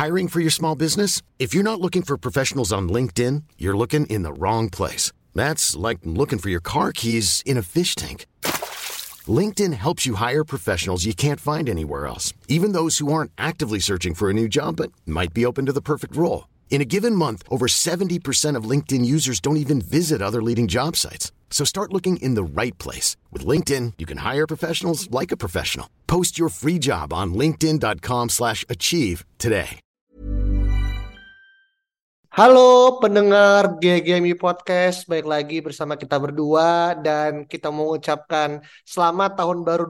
Hiring for your small business? If you're not looking for professionals on LinkedIn, you're looking in the wrong place. That's like looking for your car keys in a fish tank. LinkedIn helps you hire professionals you can't find anywhere else, even those who aren't actively searching for a new job but might be open to the perfect role. In a given month, over 70% of LinkedIn users don't even visit other leading job sites. So start looking in the right place. With LinkedIn, you can hire professionals like a professional. Post your free job on linkedin.com/achieve today. Halo pendengar GGMI Podcast, baik lagi bersama kita berdua dan kita mau mengucapkan selamat tahun baru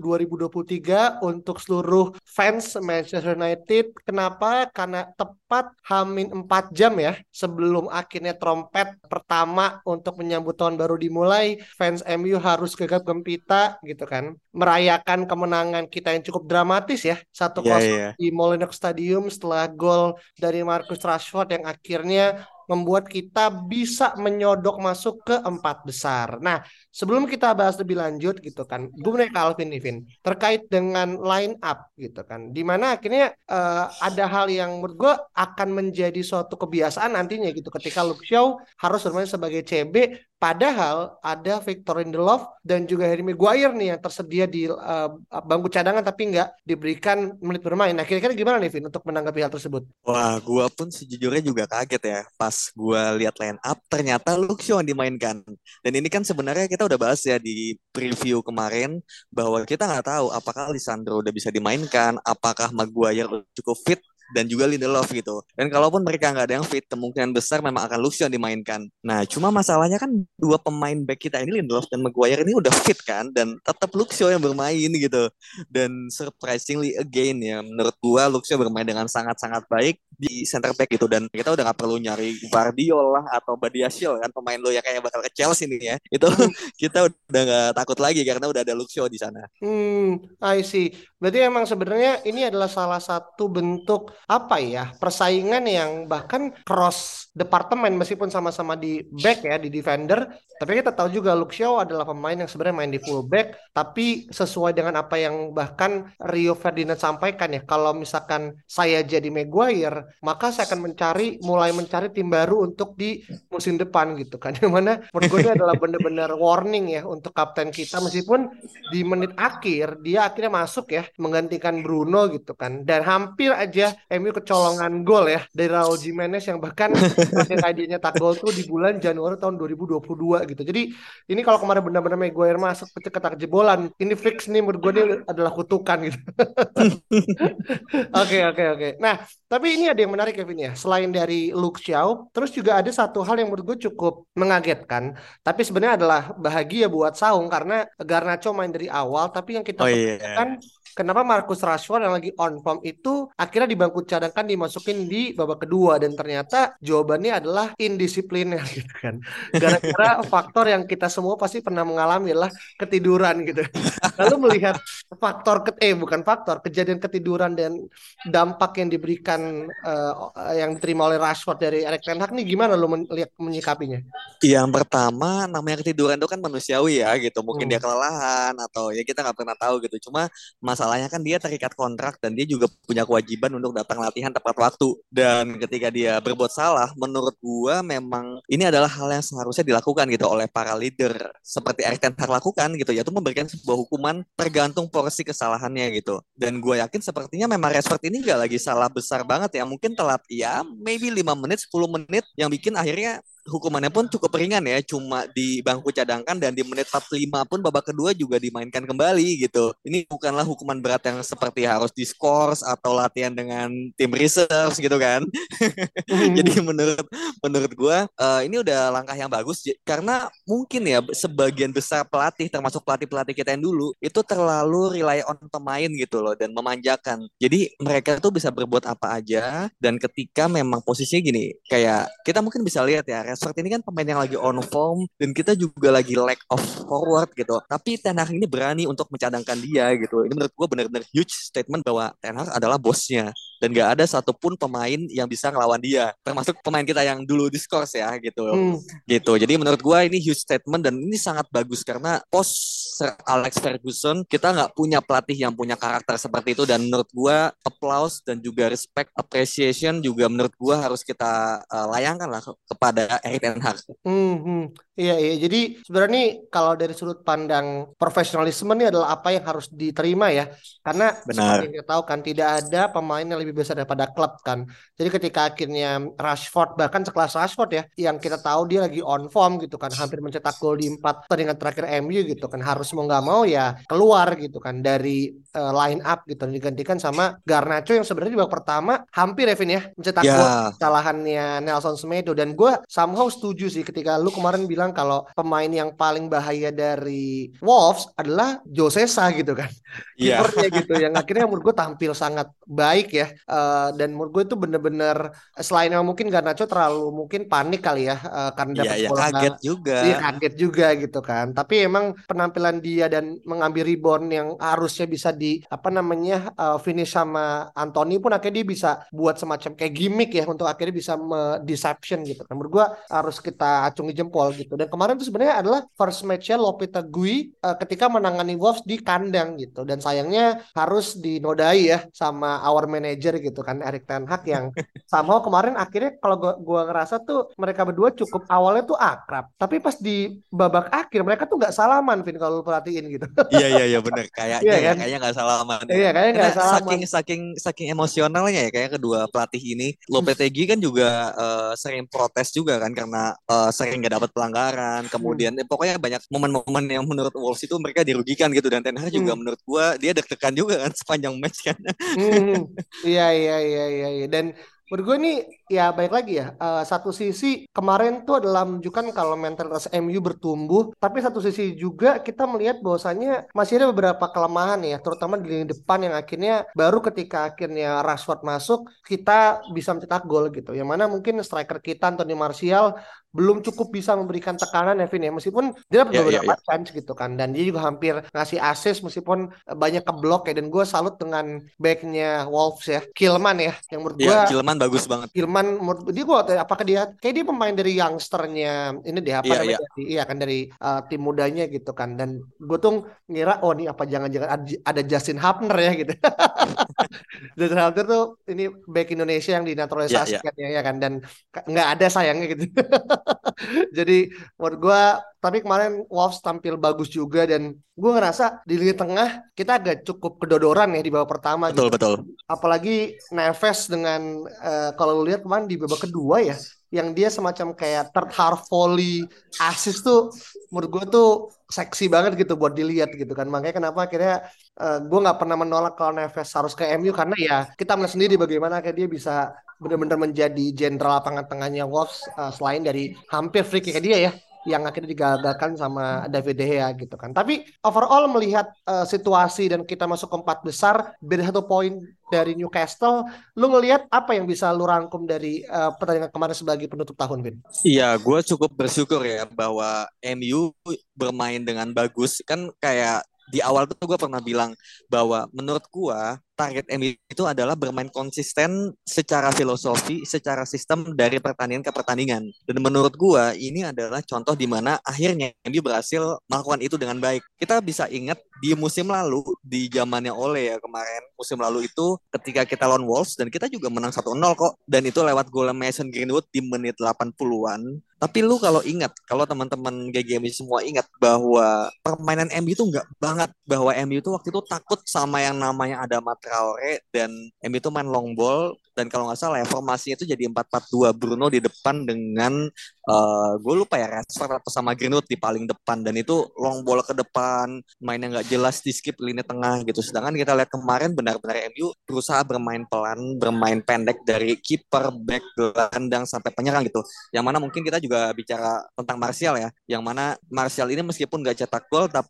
2023 untuk seluruh fans Manchester United. Kenapa? Karena tepat H-4 jam ya sebelum akhirnya trompet pertama untuk menyambut tahun baru dimulai, fans MU harus gegap gempita gitu kan, merayakan kemenangan kita yang cukup dramatis ya, 1-0 di Molineux Stadium setelah gol dari Marcus Rashford yang akhirnya membuat kita bisa menyodok masuk ke 4 besar. Nah, sebelum kita bahas lebih lanjut gitu kan, gue mau nanya ke Alvin terkait dengan line up gitu kan, dimana akhirnya ada hal yang menurut gue akan menjadi suatu kebiasaan nantinya gitu ketika Luke Shaw harus bermain sebagai CB, padahal ada Victor Lindelof dan juga Harry Maguire nih yang tersedia di bangku cadangan tapi nggak diberikan menit bermain. Nah, kira-kira gimana nih Vin untuk menanggapi hal tersebut? Wah, gua pun sejujurnya juga kaget ya pas gua lihat line up ternyata Luke Shaw yang dimainkan. Dan ini kan sebenarnya kita udah bahas ya di preview kemarin bahwa kita nggak tahu apakah Lisandro udah bisa dimainkan, apakah Maguire cukup fit dan juga Lindelof gitu. Dan kalaupun mereka nggak ada yang fit, kemungkinan besar memang akan Luke Shaw yang dimainkan. Nah, cuma masalahnya kan dua pemain back kita ini Lindelof dan Maguire ini udah fit kan, dan tetap Luke Shaw yang bermain gitu. Dan surprisingly again ya, menurut gua Luke Shaw bermain dengan sangat-sangat baik di center back gitu, dan kita udah nggak perlu nyari Guardiola lah atau Badiashile kan, pemain lo yang kayak bakal ke Chelsea nih ya. Itu kita udah nggak takut lagi karena udah ada Luke Shaw di sana. I see. Berarti emang sebenarnya ini adalah salah satu bentuk apa ya, persaingan yang bahkan cross departemen meskipun sama-sama di back ya, di defender. Tapi kita tahu juga Luke Shaw adalah pemain yang sebenarnya main di full back, tapi sesuai dengan apa yang bahkan Rio Ferdinand sampaikan ya, kalau misalkan saya jadi Maguire, maka saya akan mulai mencari tim baru untuk di musim depan gitu kan. Yang mana menurut gue ini adalah benar-benar warning ya untuk kapten kita, meskipun di menit akhir dia akhirnya masuk ya menggantikan Bruno gitu kan, dan hampir aja MU kecolongan gol ya dari Raul Jimenez yang bahkan terakhir kali dia nyetak gol tuh di bulan Januari tahun 2022 gitu. Jadi ini kalau kemarin benar-benar Maguire masuk ketak jebolan, ini fix nih menurut gue, ini adalah kutukan gitu. Oke. Nah, tapi ini ada yang menarik Kevin ya. Selain dari Luke Shaw, terus juga ada satu hal yang menurut gue cukup mengagetkan, tapi sebenarnya adalah bahagia buat Saung karena Garnacho main dari awal, tapi yang kita Oh perhatikan iya. kenapa Marcus Rashford yang lagi on form itu akhirnya di bangku cadangkan dimasukin di babak kedua, dan ternyata jawabannya adalah indisipliner gitu kan. Gara-gara faktor yang kita semua pasti pernah mengalami adalah ketiduran gitu. Lalu melihat bukan faktor, kejadian ketiduran dan dampak yang diberikan yang diterima oleh Rashford dari Erik ten Hag nih, gimana lo menyikapinya? Yang pertama, namanya ketiduran itu kan manusiawi ya gitu. Mungkin dia Hmm. kelelahan atau ya kita nggak pernah tahu gitu. Cuma masalahnya kan dia terikat kontrak dan dia juga punya kewajiban untuk datang latihan tepat waktu. Dan ketika dia berbuat salah, menurut gua memang ini adalah hal yang seharusnya dilakukan gitu oleh para leader seperti Erik ten Hag lakukan gitu, yaitu memberikan sebuah hukuman tergantung porsi kesalahannya gitu. Dan gua yakin sepertinya memang Rashford ini nggak lagi salah besar banget ya. Mungkin telat ya, maybe 5 menit, 10 menit yang bikin akhirnya hukumannya pun cukup ringan ya, cuma di bangku cadangkan dan di menit 45 pun babak kedua juga dimainkan kembali gitu. Ini bukanlah hukuman berat yang seperti harus diskors atau latihan dengan tim reserve gitu kan. Jadi menurut menurut gue ini udah langkah yang bagus karena mungkin ya sebagian besar pelatih termasuk pelatih-pelatih kita yang dulu itu terlalu rely on pemain gitu loh dan memanjakan. Jadi mereka tuh bisa berbuat apa aja, dan ketika memang posisinya gini, kayak kita mungkin bisa lihat ya, Rashford ini kan pemain yang lagi on form dan kita juga lagi lack of forward gitu. Tapi Ten Hag ini berani untuk mencadangkan dia gitu. Ini menurut gue benar-benar huge statement bahwa Ten Hag adalah bosnya dan gak ada satupun pemain yang bisa ngelawan dia, termasuk pemain kita yang dulu diskors ya gitu. Hmm. Gitu. Jadi menurut gue ini huge statement dan ini sangat bagus karena pos Sir Alex Ferguson kita nggak punya pelatih yang punya karakter seperti itu, dan menurut gue applause dan juga respect appreciation juga menurut gue harus kita layangkan lah kepada Erik Ten Hag. Iya, iya. Jadi sebenarnya nih, kalau dari sudut pandang profesionalisme ini adalah apa yang harus diterima ya. Karena seperti Benar. yang kita tahu kan, tidak ada pemain yang lebih besar daripada klub kan. Jadi ketika akhirnya Rashford, bahkan sekelas Rashford ya, yang kita tahu dia lagi on form gitu kan, hampir mencetak gol di 4 pertandingan terakhir MU gitu kan, harus mau nggak mau ya keluar gitu kan dari line up gitu, digantikan sama Garnacho yang sebenarnya di babak pertama hampir Evin ya mencetak gol Ya, kesalahannya Nelson Semedo. Dan gue somehow setuju sih ketika lu kemarin bilang kalau pemain yang paling bahaya dari Wolves adalah Josesa gitu kan, iya, kipernya gitu, yang akhirnya menurut gue tampil sangat baik ya. Dan menurut gue itu bener-bener, selain yang mungkin Garnacho terlalu mungkin panik kali ya, karena iya, dapat iya, bola kaget juga. dia kaget juga gitu kan. Tapi emang penampilan dia dan mengambil rebound yang harusnya bisa di apa namanya finish sama Anthony pun akhirnya dia bisa buat semacam kayak gimmick ya untuk akhirnya bisa deception gitu kan. Menurut gua harus kita acungi jempol gitu. Dan kemarin tuh sebenarnya adalah first match-nya Lopetegui ketika menangani Wolves di kandang gitu. Dan sayangnya harus dinodai ya sama our manager gitu kan, Erik Ten Hag, yang somehow kemarin akhirnya kalau gua ngerasa tuh mereka berdua cukup awalnya tuh akrab, tapi pas di babak akhir mereka tuh nggak salaman, Vin, kalau lu perhatiin gitu. Iya, iya, iya, bener. Iya Kayaknya kan? kayaknya nggak salaman ya. Iya, kayaknya Karena nggak salaman. saking saking saking emosionalnya ya kayak kedua pelatih ini. Lopetegui kan juga sering protes juga kan karena sering nggak dapat pelanggaran. Hmm. Kemudian pokoknya banyak momen-momen yang menurut Wolves itu mereka dirugikan gitu, dan Ten Hag juga Hmm. menurut gua dia deg-degan juga kan sepanjang match kan. Hmm. Iya, iya, iya, iya, iya. Dan menurut gue nih ya baik lagi ya. Satu sisi kemarin tuh adalah menunjukkan kalau mentalitas MU bertumbuh, tapi satu sisi juga kita melihat bahwasannya masih ada beberapa kelemahan ya, terutama di lini depan yang akhirnya baru ketika akhirnya Rashford masuk kita bisa mencetak gol gitu. Yang mana mungkin striker kita Anthony Martial belum cukup bisa memberikan tekanan ya Vin ya, meskipun dia dapat Ya, ya, beberapa ya. chance gitu kan, dan dia juga hampir ngasih assist meskipun banyak keblok ya. Dan gue salut dengan backnya Wolves ya, Kilman ya, yang menurut Ya, gue Kilman bagus banget. Kilman menurut dia, gue apakah dia kayak dia pemain dari youngsternya ini deh, apa Iya, iya. namanya, dari, iya kan, dari tim mudanya gitu kan. Dan gue tuh ngira oh nih apa jangan-jangan ada Justin Hapner ya gitu. Dan Hunter tuh ini back Indonesia yang Iya, iya. dinaturalisasikan ya kan, dan nggak ada sayangnya gitu. Jadi menurut gue, tapi kemarin Wolves tampil bagus juga, dan gue ngerasa di lini tengah kita agak cukup kedodoran ya di babak pertama Betul, gitu. betul. Apalagi Neves dengan kalau lu lihat kemarin di babak kedua ya, yang dia semacam kayak third half volley assist tuh menurut gue tuh seksi banget gitu buat dilihat gitu kan. Makanya kenapa akhirnya gue nggak pernah menolak kalau Neves harus ke MU, karena ya kita melihat sendiri bagaimana kayak dia bisa benar-benar menjadi jenderal lapangan tengahnya Wolves, selain dari hampir free kick dia ya yang akhirnya digagalkan sama David De Gea gitu kan. Tapi overall melihat situasi dan kita masuk ke 4 besar, beda 1 poin dari Newcastle, lu ngelihat apa yang bisa lu rangkum dari pertandingan kemarin sebagai penutup tahun, Vin? Iya, gue cukup bersyukur ya bahwa MU bermain dengan bagus. Kan kayak di awal tuh gue pernah bilang bahwa menurut gue target MU itu adalah bermain konsisten secara filosofi, secara sistem dari pertandingan ke pertandingan. Dan menurut gue ini adalah contoh di mana akhirnya MU berhasil melakukan itu dengan baik. Kita bisa ingat di musim lalu, di zamannya Ole ya kemarin, musim lalu itu ketika kita lawan Wolves dan kita juga menang 1-0 kok. Dan itu lewat gol Mason Greenwood di menit 80-an. Tapi lu kalau ingat, kalau teman-teman GGMI semua ingat bahwa permainan MU itu nggak banget, bahwa MU itu waktu itu takut sama yang namanya Adama Traore, dan MU itu main long ball, dan kalau nggak salah ya formasinya itu jadi 4-4-2, Bruno di depan dengan gue lupa ya Rashford atau sama Greenwood di paling depan, dan itu long ball ke depan, mainnya nggak jelas di skip lini tengah gitu. Sedangkan kita lihat kemarin benar-benar MU berusaha bermain pelan, bermain pendek dari kiper, back, gelandang sampai penyerang gitu. Yang mana mungkin kita juga bicara tentang Martial ya, yang mana Martial ini meskipun gak cetak gol tapi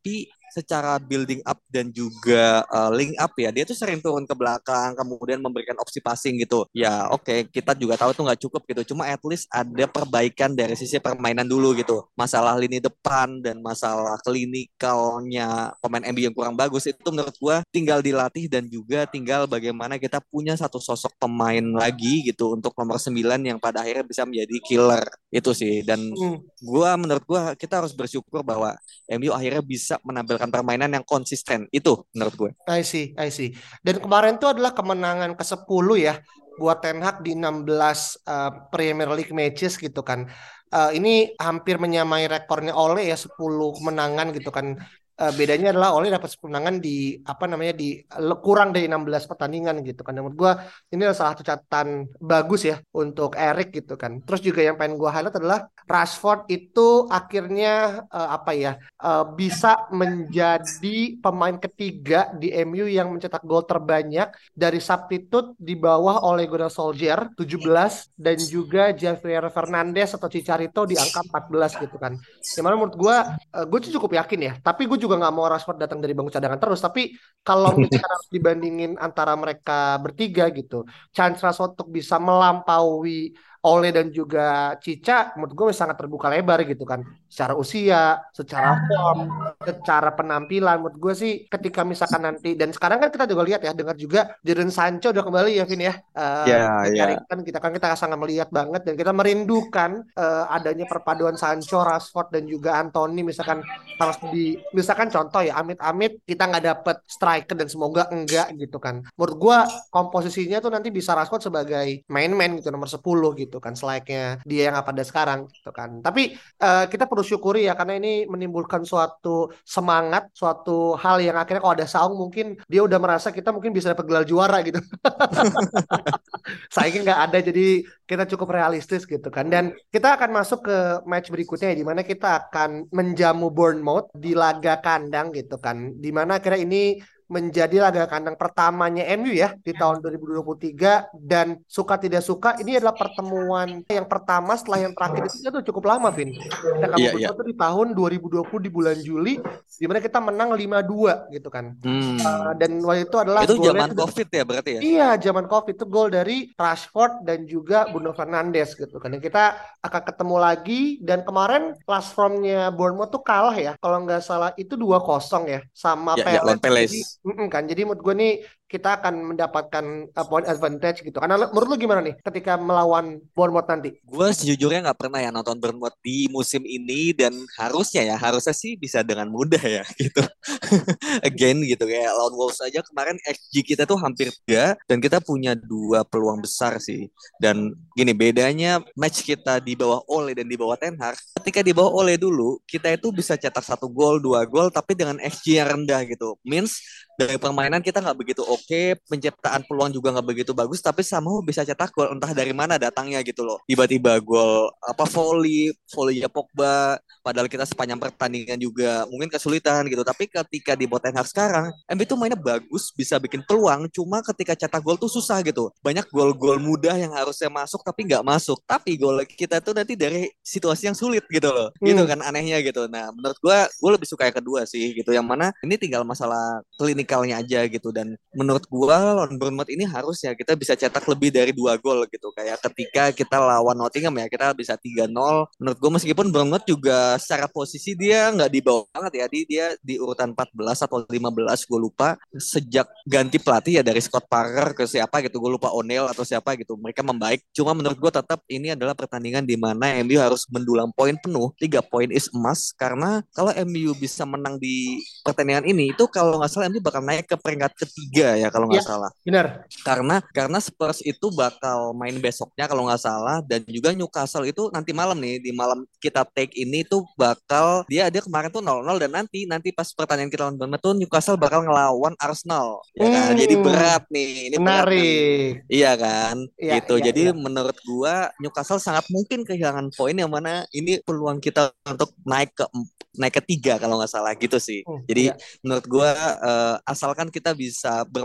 secara building up dan juga link up ya, dia tuh sering turun ke belakang, kemudian memberikan opsi passing gitu. Ya oke, kita juga tahu tuh nggak cukup gitu. Cuma at least ada perbaikan dari sisi permainan dulu gitu. Masalah lini depan dan masalah klinikalnya pemain MU yang kurang bagus itu menurut gua tinggal dilatih dan juga tinggal bagaimana kita punya satu sosok pemain lagi gitu untuk nomor 9 yang pada akhirnya bisa menjadi killer itu sih. Dan Hmm, menurut gua kita harus bersyukur bahwa MU akhirnya bisa menampilkan permainan yang konsisten. Itu menurut gue. I see, I see. Dan kemarin itu adalah kemenangan ke-10 ya buat Ten Hag di 16 Premier League matches gitu kan. Ini hampir menyamai rekornya Ole ya, 10 kemenangan gitu kan. Bedanya adalah Ole dapat 10 kemenangan di apa namanya di kurang dari 16 pertandingan gitu kan. Dan menurut gua ini adalah salah satu catatan bagus ya untuk Erik gitu kan. Terus juga yang pengen gua highlight adalah Rashford itu akhirnya apa ya bisa menjadi pemain ketiga di MU yang mencetak gol terbanyak dari substitute di bawah Ole Gunnar Solskjaer 17 dan juga Javier Fernandes atau Chicharito di angka 14 gitu kan. Yang mana menurut gue tuh cukup yakin ya. Tapi gue juga nggak mau Rashford datang dari bangku cadangan terus. Tapi kalau misalkan harus dibandingin antara mereka bertiga gitu, chance Rashford untuk bisa melampaui Ole dan juga Cica, menurut gue sangat terbuka lebar gitu kan. Secara usia, secara form, secara penampilan, menurut gue sih ketika misalkan nanti dan sekarang kan kita juga lihat ya, dengar juga Jadon Sancho udah kembali ya, Vin ya. Ya, ya. Kita sangat melihat banget dan kita merindukan adanya perpaduan Sancho, Rashford dan juga Anthony misalkan harus misalkan contoh ya amit-amit kita nggak dapet striker dan semoga enggak gitu kan. Menurut gua komposisinya tuh nanti bisa Rashford sebagai main man gitu nomor 10 gitu kan selayaknya dia yang apa ada sekarang gitu kan. Tapi kita perlu syukuri ya karena ini menimbulkan suatu semangat, suatu hal yang akhirnya kalau ada Saung mungkin dia udah merasa kita mungkin bisa dapat gelar juara gitu. Sayangnya nggak ada jadi kita cukup realistis gitu kan dan kita akan masuk ke match berikutnya ya, di mana kita akan menjamu Bournemouth di laga kandang gitu kan di mana akhirnya ini menjadi laga kandang pertamanya MU ya di tahun 2023 dan suka tidak suka ini adalah pertemuan yang pertama setelah yang terakhir itu cukup lama Vin kita kamu Iya, iya. berdua tuh di tahun 2020 di bulan Juli di mana kita menang 5-2 gitu kan. Hmm. Dan waktu itu adalah Itu golnya zaman COVID ya berarti ya? iya, zaman COVID itu gol dari Rashford dan juga Bruno Fernandes gitu kan. Dan kita akan ketemu lagi dan kemarin last from-nya Bournemouth tuh kalah ya. Kalau nggak salah itu 2-0 ya sama Ya, ya, lawan Palace. Jadi Palace. kan jadi menurut gue nih kita akan mendapatkan point advantage gitu. Karena menurut lu gimana nih ketika melawan Bournemouth nanti? Gue sejujurnya nggak pernah ya nonton Bournemouth di musim ini dan harusnya sih bisa dengan mudah ya gitu. Again gitu kayak lawan Wolves aja kemarin XG kita tuh hampir 3 dan kita punya 2 peluang besar sih. Dan gini bedanya match kita di bawah Ole dan di bawah Ten Hag. Ketika di bawah Ole dulu kita itu bisa cetak 1 gol, 2 gol tapi dengan XG yang rendah gitu. Means dari permainan kita nggak begitu oke, penciptaan peluang juga nggak begitu bagus, tapi sama bisa cetak gol entah dari mana datangnya gitu loh. Tiba-tiba gol apa volley ya Pogba, padahal kita sepanjang pertandingan juga mungkin kesulitan gitu. Tapi ketika di Ten Hag sekarang, MU itu mainnya bagus, bisa bikin peluang, cuma ketika cetak gol tuh susah gitu. Banyak gol-gol mudah yang harusnya masuk tapi nggak masuk. Tapi gol kita tuh nanti dari situasi yang sulit gitu loh. Gitu kan anehnya gitu. Nah, menurut gue lebih suka yang kedua sih gitu. Yang mana ini tinggal masalah klinikalnya aja gitu. Dan menurut gue lawan Bournemouth ini harusnya kita bisa cetak lebih dari 2 gol gitu. Kayak ketika kita lawan Nottingham ya, kita bisa 3-0. Menurut gue meskipun Bournemouth juga secara posisi dia nggak di bawah banget ya. Dia di urutan 14 atau 15 gue lupa. Sejak ganti pelatih ya dari Scott Parker ke siapa gitu. Gue lupa O'Neil atau siapa gitu. Mereka membaik. Cuma menurut gue tetap ini adalah pertandingan di mana MU harus mendulang poin penuh. 3 poin is emas. Karena kalau MU bisa menang di pertandingan ini itu kalau nggak salah MU bakal naik ke peringkat ketiga ya kalau nggak Ya, salah. benar. Karena Spurs itu bakal main besoknya kalau nggak salah dan juga Newcastle itu nanti malam nih di malam kita take ini tuh bakal dia kemarin tuh 0-0 dan nanti pas pertandingan kita lawan Bournemouth tuh Newcastle bakal ngelawan Arsenal ya kan. Jadi berat nih. Ini berat nih. Menarik. Iya kan? Iya, Gitu. iya, Jadi iya. menurut gua Newcastle sangat mungkin kehilangan poin yang mana ini peluang kita untuk naik ke 3 kalau nggak salah gitu sih. Jadi Iya. menurut gue asalkan kita bisa bermain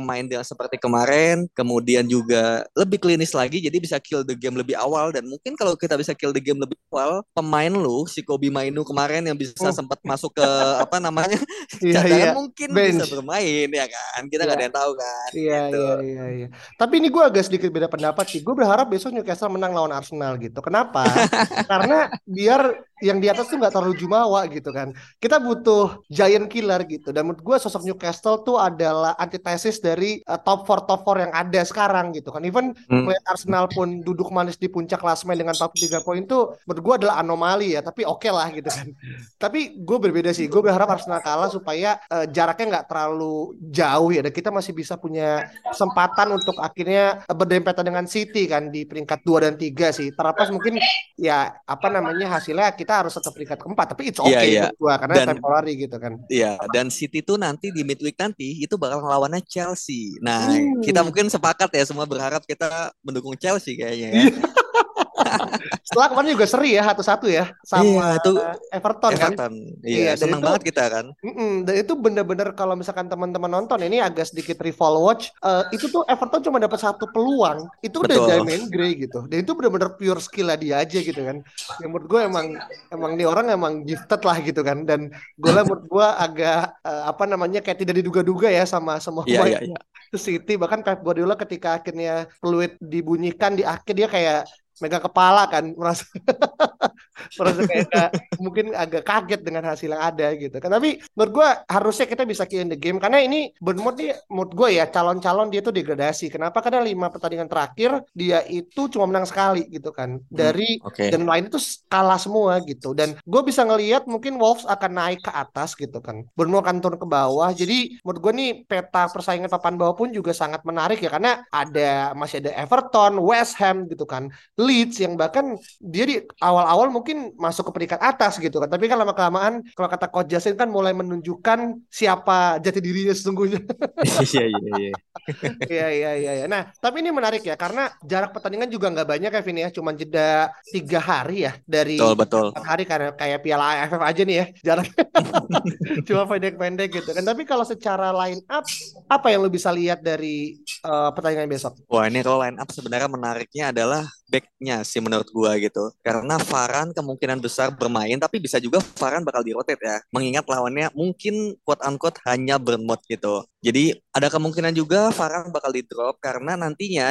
main dengan seperti kemarin, kemudian juga lebih klinis lagi, jadi bisa kill the game lebih awal. Dan mungkin kalau kita bisa kill the game lebih awal, pemain lu si Kobe Mainu kemarin yang bisa sempat masuk ke apa namanya Iya, iya. cadangan mungkin bisa Bench. bermain ya kan, kita Iya. nggak ada yang tahu kan Iya, gitu. iya, iya, iya. Tapi ini gue agak sedikit beda pendapat sih. Gue berharap besok Newcastle menang lawan Arsenal gitu. Kenapa? Karena biar yang di atas tuh nggak terlalu jumawa gitu kan. Kita butuh giant killer gitu. Dan menurut gue sosok Newcastle tuh adalah antitesis dari top 4 yang ada sekarang gitu kan. Even melihat Arsenal pun duduk manis di puncak klasemen dengan 43 poin tuh menurut gue adalah anomali ya. Tapi oke lah gitu kan. Tapi gue berbeda sih. Gue berharap Arsenal kalah supaya jaraknya nggak terlalu jauh ya. Dan kita masih bisa punya kesempatan untuk akhirnya berdempetan dengan City kan di peringkat 2 dan 3 sih. Terlepas mungkin ya apa namanya hasilnya kita harus tetap peringkat keempat. Tapi it's Iya, okay iya. menurut gua karena Dan temporary gitu kan. iya, dan City tuh nanti di midweek nanti itu bakal lawannya Chelsea. Nah, kita mungkin sepakat ya semua berharap kita mendukung Chelsea kayaknya ya. Setelah kemarin juga seri ya 1-1 ya sama Iya, itu Everton kan. Everton. Iya, Iya, dan senang itu banget kita kan. dan itu bener-bener kalau misalkan teman-teman nonton ini agak sedikit rival watch, itu tuh Everton cuma dapat 1 peluang, itu udah Betul. Damian Gray gitu, dan itu bener-bener pure skill dia aja gitu kan. Yang menurut gue emang nih orang emang gifted lah gitu kan, dan menurut gue agak apa namanya kayak tidak diduga-duga ya sama semua Iya, pemain iya, iya. City. Bahkan Pep Guardiola ketika akhirnya peluit dibunyikan di akhir dia kayak megang kepala kan, merasa kayak mungkin agak kaget dengan hasil yang ada gitu kan. Tapi menurut gue harusnya kita bisa kill the game karena ini Bournemouth nih menurut gue ya calon-calon dia tuh degradasi. Kenapa? Karena 5 pertandingan terakhir dia itu cuma menang sekali gitu kan. Dari dan lain itu kalah semua gitu. Dan gue bisa ngelihat mungkin Wolves akan naik ke atas gitu kan. Bournemouth akan turun ke bawah. Jadi menurut gue nih peta persaingan papan bawah pun juga sangat menarik ya karena masih ada Everton, West Ham gitu kan. Leeds yang bahkan dia di awal-awal mungkin masuk ke peringkat atas gitu kan. Tapi kan lama-kelamaan kalau kata Coach Justin kan mulai menunjukkan siapa jati dirinya sesungguhnya. Iya, iya, iya. Iya. Nah, tapi ini menarik ya karena jarak pertandingan juga nggak banyak ya Vin ya. Cuma jeda 3 hari ya dari Betul. 4 hari karena kayak Piala AFF aja nih ya jarak. Cuma pendek-pendek gitu kan. Tapi kalau secara line up apa yang lo bisa lihat dari pertandingan besok? Wah, ini kalau line up sebenarnya menariknya adalah backnya sih menurut gua gitu. Karena Varane kemungkinan besar bermain, tapi bisa juga Varane bakal di-rotate ya. Mengingat lawannya mungkin quote-unquote hanya Bournemouth gitu. Jadi ada kemungkinan juga Varane bakal di-drop karena nantinya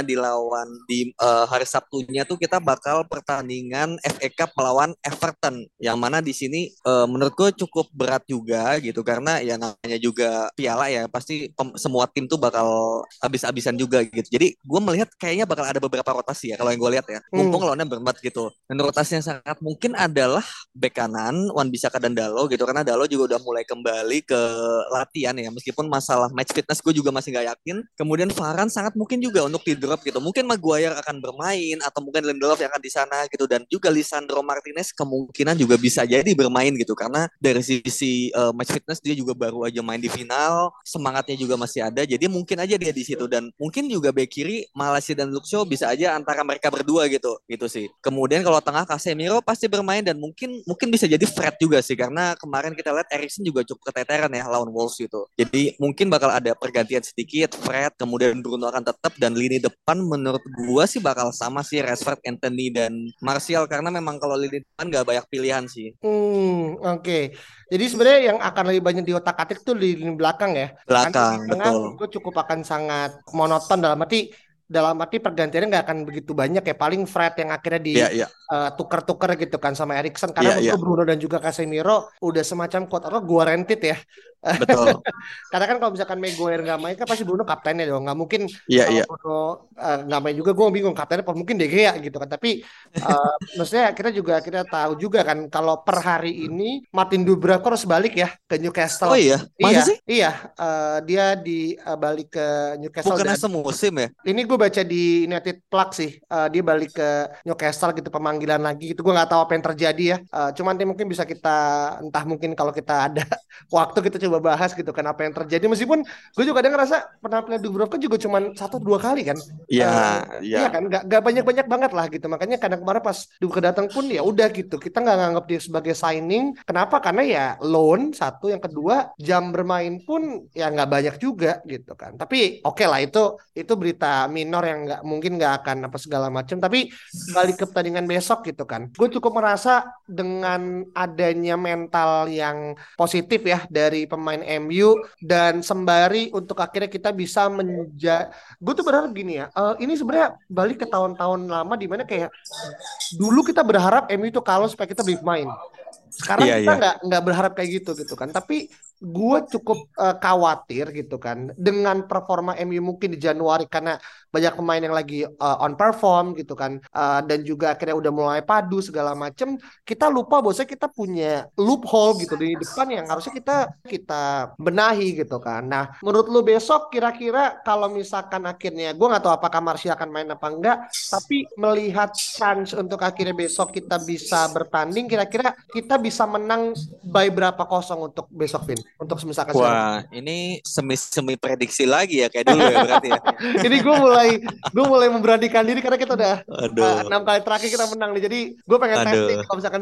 di hari Sabtunya tuh kita bakal pertandingan FA Cup melawan Everton. Yang mana di sini menurut gua cukup berat juga gitu. Karena ya namanya juga piala ya, pasti semua tim tuh bakal habis-habisan juga gitu. Jadi gue melihat kayaknya bakal ada beberapa rotasi ya kalau yang gue lihat ya. Mumpung lawannya berempat gitu. Dan rotasi yang sangat mungkin adalah bek kanan Wan-Bissaka dan Dalot gitu karena Dalot juga udah mulai kembali ke latihan ya. Meskipun masalah match fitness gue juga masih nggak yakin. Kemudian Varane sangat mungkin juga untuk di drop gitu. Mungkin Maguire akan bermain atau mungkin Lindelof yang akan di sana gitu dan juga Lisandro Martinez kemungkinan juga bisa jadi bermain gitu karena dari sisi match fitness dia juga baru aja main di final, semangatnya juga masih ada. Jadi mungkin aja dia di situ dan mungkin juga bek kiri Malacia dan Luke Shaw bisa aja antara mereka berdua gitu sih. Kemudian kalau tengah Casemiro pasti bermain dan mungkin bisa jadi Fred juga sih karena kemarin kita lihat Eriksen juga cukup keteteran ya lawan Wolves gitu. Jadi mungkin bakal ada pergantian sedikit Fred, kemudian Bruno akan tetap dan lini depan menurut gua sih bakal sama sih Rashford, Anthony dan Martial karena memang kalau lini depan nggak banyak pilihan sih. Oke. Jadi sebenarnya yang akan lebih banyak diotak-atik tuh di lini belakang ya. Belakang, betul. Gue cukup akan sangat monoton dalam arti pergantiannya nggak akan begitu banyak ya, paling Fred yang akhirnya tuker-tuker gitu kan sama Eriksen karena menurut Bruno dan juga Casemiro udah semacam quote atau guaranteed ya. Betul. Karena kan kalau misalkan Maguire nggak main kan pasti Bruno kaptennya dong, nggak mungkin Bruno nggak main juga. Gue bingung kaptennya mungkin De Gea gitu kan. Tapi maksudnya kita tahu juga kan kalau per hari ini Martin Dubravka harus balik ya ke Newcastle. Oh iya, masa sih? Iya, dia balik ke Newcastle. Bukan semusim ya? Ini gue gue baca di United Plug sih, dia balik ke Newcastle gitu, pemanggilan lagi gitu. Gue nggak tahu apa yang terjadi ya. Cuman nanti mungkin bisa kita, entah mungkin kalau kita ada waktu kita coba bahas gitu kan apa yang terjadi. Meskipun gue juga ada ngerasa penampilan Dubravka juga cuman 1-2 kali kan. Iya, Iya kan, nggak banyak-banyak banget lah gitu. Makanya kadang kemarin pas Dubravka datang pun ya udah gitu. Kita nggak nganggap dia sebagai signing. Kenapa? Karena ya loan satu, yang kedua jam bermain pun ya nggak banyak juga gitu kan. Tapi oke lah, itu berita minor yang nggak mungkin nggak akan apa segala macam. Tapi balik ke pertandingan besok gitu kan. Gue cukup merasa dengan adanya mental yang positif ya dari pemain MU, dan sembari untuk akhirnya kita bisa gue tuh berharap gini ya, ini sebenarnya balik ke tahun-tahun lama di mana kayak dulu kita berharap MU itu kalau supaya kita beli pemain. Sekarang iya, kita iya. nggak berharap kayak gitu kan. Tapi gue cukup khawatir gitu kan dengan performa MU mungkin di Januari, karena banyak pemain yang lagi on perform gitu kan. Dan juga akhirnya udah mulai padu segala macem. Kita lupa bahwa kita punya loophole gitu di depan yang harusnya kita benahi gitu kan. Nah, menurut lu besok kira-kira kalau misalkan akhirnya, gue nggak tahu apakah Martial akan main apa enggak, tapi melihat chance untuk akhirnya besok kita bisa bertanding, kira-kira kita bisa menang by berapa kosong untuk besok, Vin? Untuk misalkan sekarang. Wah, ini semi prediksi lagi ya kayak dulu ya berarti ya. Ini gue mulai memberanikan diri karena kita udah Aduh, 6 kali terakhir kita menang nih. Jadi gue pengen testing aduh. kalau misalkan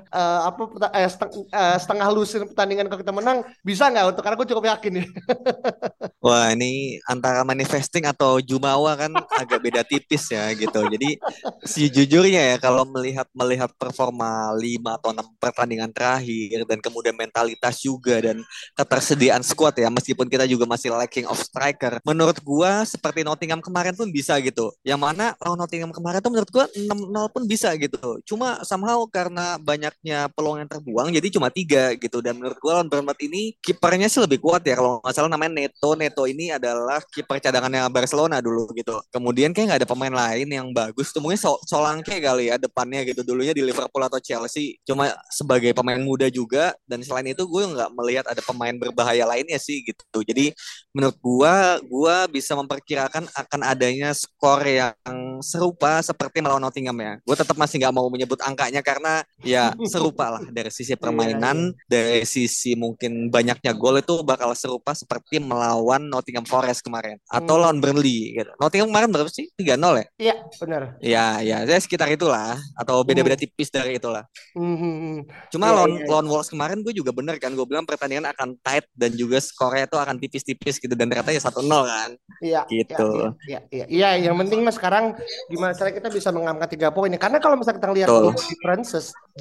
setengah lusin pertandingan kalau kita menang, bisa nggak? Untuk karena gue cukup yakin nih. Wah, ini antara manifesting atau jumawa kan agak beda tipis ya gitu. Jadi sejujurnya ya kalau melihat melihat performa 5 atau 6 pertandingan terakhir dan kemudian mentalitas juga dan ketersediaan squad ya, meskipun kita juga masih lacking of striker. Menurut gua seperti Nottingham kemarin pun bisa gitu. Yang mana lawan Nottingham kemarin tuh menurut gua 6-0 pun bisa gitu. Cuma somehow karena banyaknya peluang yang terbuang jadi cuma 3 gitu. Dan menurut gua lawan Bournemouth ini kipernya sih lebih kuat ya, kalau nggak salah namanya Neto ini adalah kiper cadangannya Barcelona dulu gitu. Kemudian kayak nggak ada pemain lain yang bagus tuh, mungkin Solanke kali ya depannya gitu, dulunya di Liverpool atau Chelsea, cuma sebagai pemain muda juga. Dan selain itu gue nggak melihat ada pemain berbahaya lainnya sih gitu. Jadi menurut gue bisa memperkirakan akan adanya skor yang serupa seperti melawan Nottingham ya. Gue tetap masih nggak mau menyebut angkanya karena ya serupa lah dari sisi Iya, iya. permainan, dari sisi mungkin banyaknya gol itu bakal serupa seperti melawan Nottingham Forest kemarin atau Hmm. lawan Burnley gitu. Nottingham kemarin berapa sih? 3-0 ya? Iya, benar. Ya, sekitar itulah atau Hmm. beda-beda tipis dari itulah. Hmm, hmm, hmm. Cuma Iya, lawan iya, iya. lawan Wolves kemarin gue juga bener kan, gue bilang pertandingan akan tight dan juga skornya itu akan tipis-tipis gitu, dan ternyata ya 1-0 kan. Iya, iya, Gitu. iya, iya, iya, iya. Yang penting mas sekarang gimana cara kita bisa mengangkat 3 poin ini? Karena kalau misalnya kita lihat Betul. goal differences,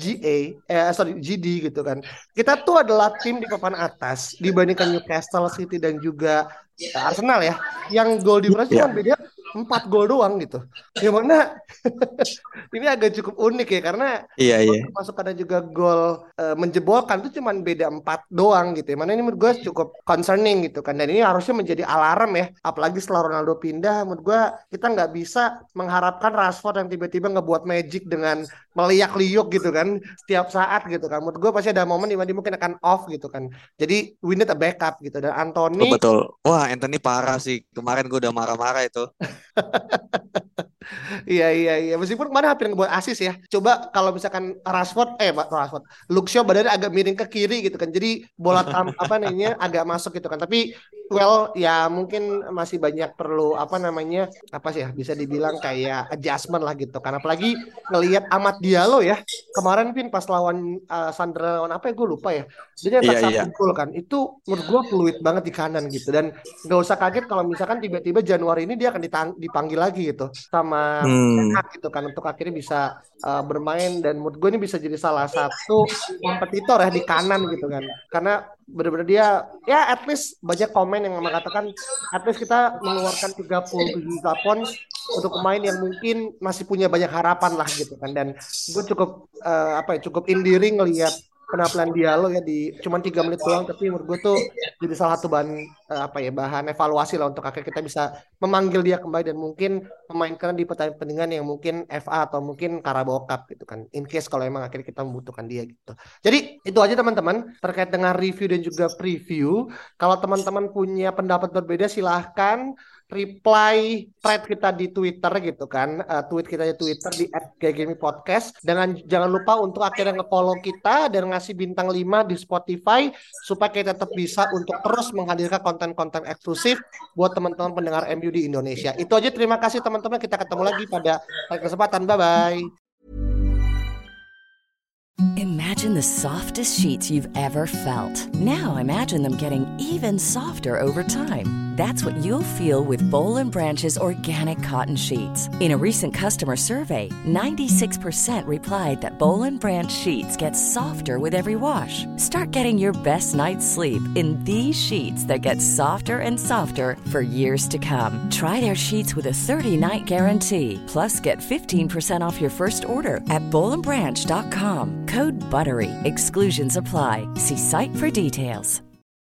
GD gitu kan, kita tuh adalah tim di papan atas dibandingkan Newcastle City dan juga Arsenal ya, yang goal difference cuma Ya. beda 4 gol doang gitu. Yang mana ini agak cukup unik ya, karena Iya, iya. masuk ada juga gol menjebolkan itu cuma beda 4 doang gitu ya. Mana ini menurut gue cukup concerning gitu kan. Dan ini harusnya menjadi alarm ya. Apalagi setelah Ronaldo pindah, menurut gue kita nggak bisa mengharapkan Rashford yang tiba-tiba ngebuat magic dengan meliak-liuk gitu kan setiap saat gitu kan. Menurut gue pasti ada momen di mana dia mungkin akan off gitu kan. Jadi we need a backup gitu. Dan Oh, Anthony, betul. Wah, Anthony parah sih. Kemarin gue udah marah-marah itu. iya, iya, iya. Meskipun kemarin hampir ngebuat assist ya. Coba kalau misalkan Rashford, Luke Shaw badannya agak miring ke kiri gitu kan. Jadi bola apa namanya agak masuk gitu kan. Tapi well ya mungkin masih banyak perlu apa namanya, apa sih ya, bisa dibilang kayak adjustment lah gitu kan. Apalagi ngelihat Amad Diallo ya. Kemarin Vin pas lawan Sunderland lawan apa ya, gue lupa ya. Dia nyetak Iya, iya. 1 gol kan. Itu menurut gue fluid banget di kanan gitu. Dan nggak usah kaget kalau misalkan tiba-tiba Januari ini dia akan dipanggil lagi gitu sama Ten Hmm. Hag gitu kan, untuk akhirnya bisa bermain. Dan menurut gue ini bisa jadi salah satu kompetitor ya di kanan gitu kan, karena benar-benar dia ya at least banyak komen yang mengatakan at least kita mengeluarkan 37 juta pounds untuk pemain yang mungkin masih punya banyak harapan lah gitu kan. Dan gue cukup cukup endearing ngelihat penampilan Diallo ya di cuman 3 menit doang, tapi menurut gue tuh jadi salah satu bahan evaluasi lah untuk akhirnya kita bisa memanggil dia kembali dan mungkin memainkan di pertandingan yang mungkin FA atau mungkin Carabao Cup gitu kan, in case kalau emang akhirnya kita membutuhkan dia gitu. Jadi itu aja teman-teman terkait dengan review dan juga preview. Kalau teman-teman punya pendapat berbeda silahkan reply thread kita di Twitter gitu kan, tweet kita di Twitter di @ggmipodcast. Jangan lupa untuk akhirnya nge-follow kita dan ngasih bintang 5 di Spotify supaya kita tetap bisa untuk terus menghadirkan konten-konten eksklusif buat teman-teman pendengar MU di Indonesia. Itu aja, terima kasih teman-teman. Kita ketemu lagi pada lain kesempatan. Bye-bye. Imagine the softest sheets you've ever felt. Now imagine them getting even softer over time. That's what you'll feel with Boll & Branch's organic cotton sheets. In a recent customer survey, 96% replied that Boll & Branch sheets get softer with every wash. Start getting your best night's sleep in these sheets that get softer and softer for years to come. Try their sheets with a 30-night guarantee. Plus, get 15% off your first order at bollandbranch.com. Code BUTTERY. Exclusions apply. See site for details.